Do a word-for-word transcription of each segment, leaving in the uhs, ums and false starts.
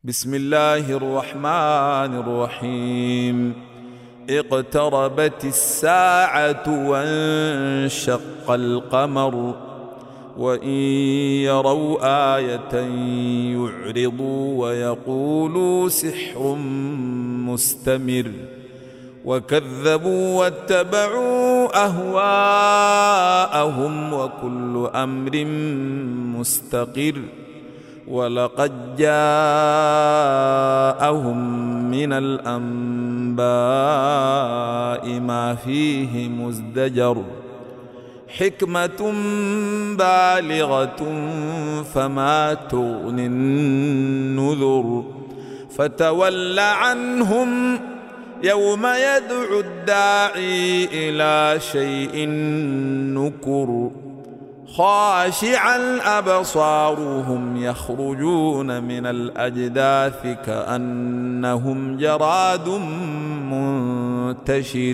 بسم الله الرحمن الرحيم. اقتربت الساعة وانشق القمر وإن يروا آية يعرضوا ويقولوا سحر مستمر وكذبوا واتبعوا أهواءهم وكل أمر مستقر ولقد جاءهم من الأنباء ما فيه مزدجر حكمة بالغة فما تغني النذر فتول عنهم يوم يدعو الداعي إلى شيء نكر خاشعا أبصارهم يخرجون من الأجداث كأنهم جراد منتشر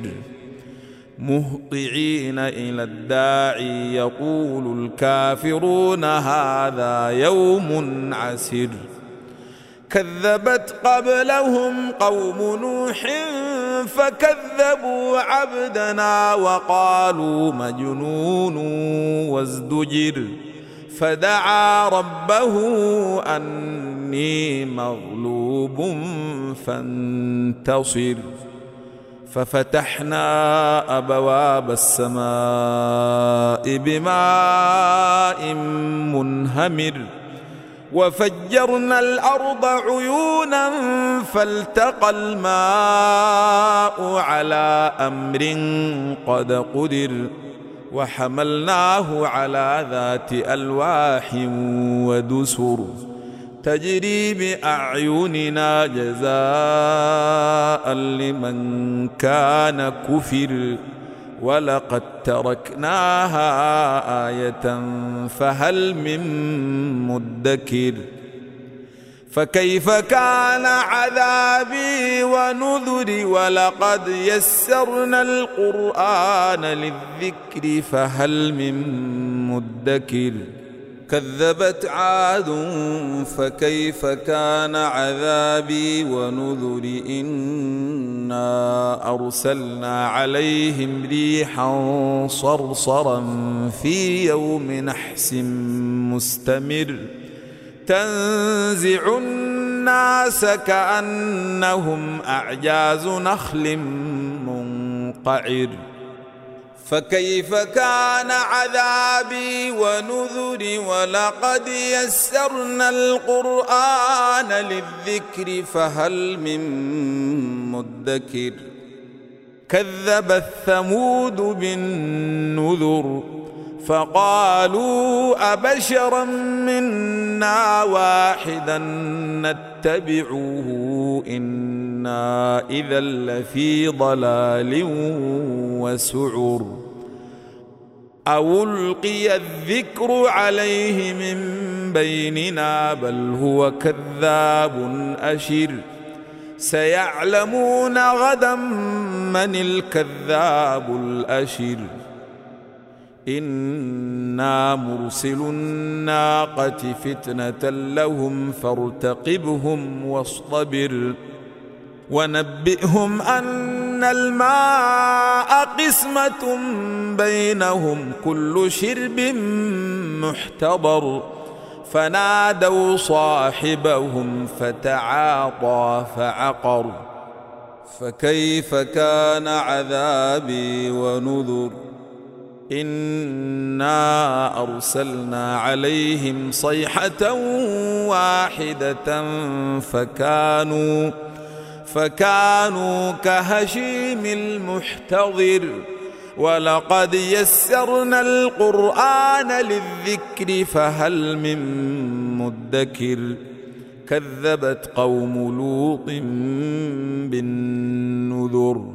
مهطعين إلى الداعي يقول الكافرون هذا يوم عسر كذبت قبلهم قوم نوح فكذبوا عبدنا وقالوا مجنون وازدجر فدعا ربه أني مغلوب فانتصر ففتحنا أبواب السماء بماء منهمر وفجرنا الأرض عيونا فالتقى الماء على أمر قد قدر وحملناه على ذات ألواح ودسر تجري بأعيننا جزاء لمن كان كفر ولقد تركناها آية فهل من مدكر فكيف كان عذابي ونذري ولقد يسرنا القرآن للذكر فهل من مدكر كذبت عاد فكيف كان عذابي ونذر إنا أرسلنا عليهم ريحا صرصرا في يوم نحس مستمر تنزع الناس كأنهم أعجاز نخل منقعر فكيف كان عذابي ونذري ولقد يسرنا القرآن للذكر فهل من مدكر كذبت ثمود بالنذر فقالوا أبشرا منا واحدا نتبعه إنا إذا لفي ضلال وسعر أو ألقي الذكر عليه من بيننا بل هو كذاب أشر سيعلمون غدا من الكذاب الأشر إنا مرسل الناقة فتنة لهم فارتقبهم واصطبر ونبئهم أن الماء قسمة بينهم كل شرب محتضر فنادوا صاحبهم فتعاطى فعقر فكيف كان عذابي ونذر إنا أرسلنا عليهم صيحة واحدة فكانوا فكانوا كهشيم المحتضر ولقد يسرنا القرآن للذكر فهل من مدكر كذبت قوم لوط بالنذر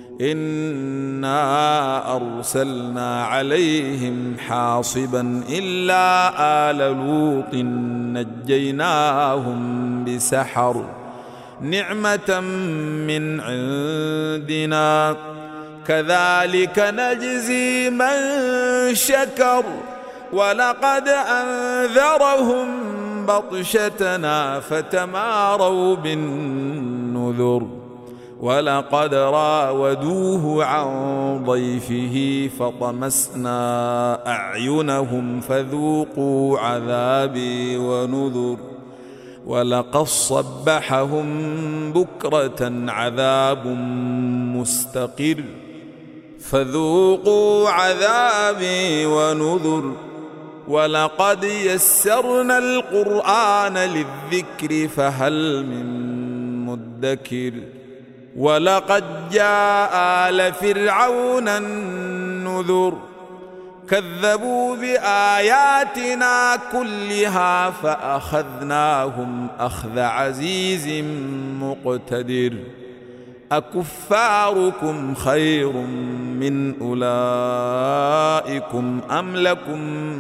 إنا أرسلنا عليهم حاصبا إلا آل لوط نجيناهم بسحر نعمة من عندنا كذلك نجزي من شكر ولقد أنذرهم بطشتنا فتماروا بالنذر ولقد راودوه عن ضيفه فطمسنا أعينهم فذوقوا عذابي ونذر ولقد صبحهم بكرة عذاب مستقر فذوقوا عذابي ونذر ولقد يسرنا القرآن للذكر فهل من مدكر ولقد جاء آل فرعون النذر كذبوا بآياتنا كلها فأخذناهم أخذ عزيز مقتدر أكفاركم خير من أولئكم أم لكم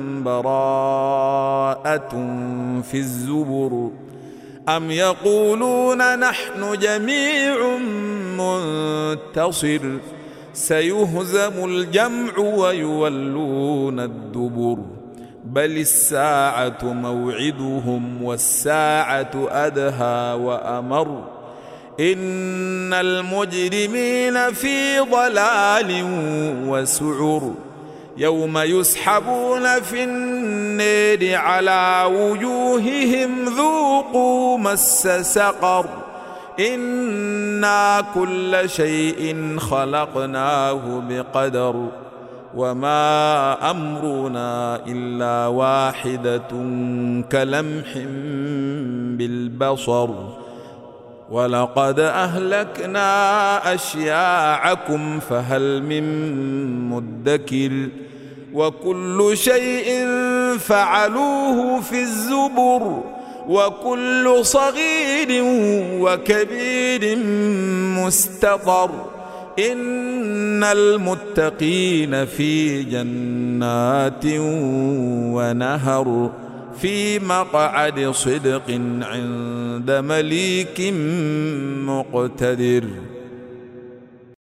براءة في الزبر أم يقولون نحن جميع منتصر سيهزم الجمع ويولون الدبر بل الساعة موعدهم والساعة أدهى وأمر إن المجرمين في ضلال وسعر يوم يسحبون في النار على وجوههم ذوقوا مس سقر إنا كل شيء خلقناه بقدر وما أمرنا إلا واحدة كلمح بالبصر ولقد أهلكنا أشياعكم فهل من مدكر وكل شيء فعلوه في الزبر وكل صغير وكبير مستطر إن المتقين في جنات ونهر في مقعد صدق عند مليك مقتدر.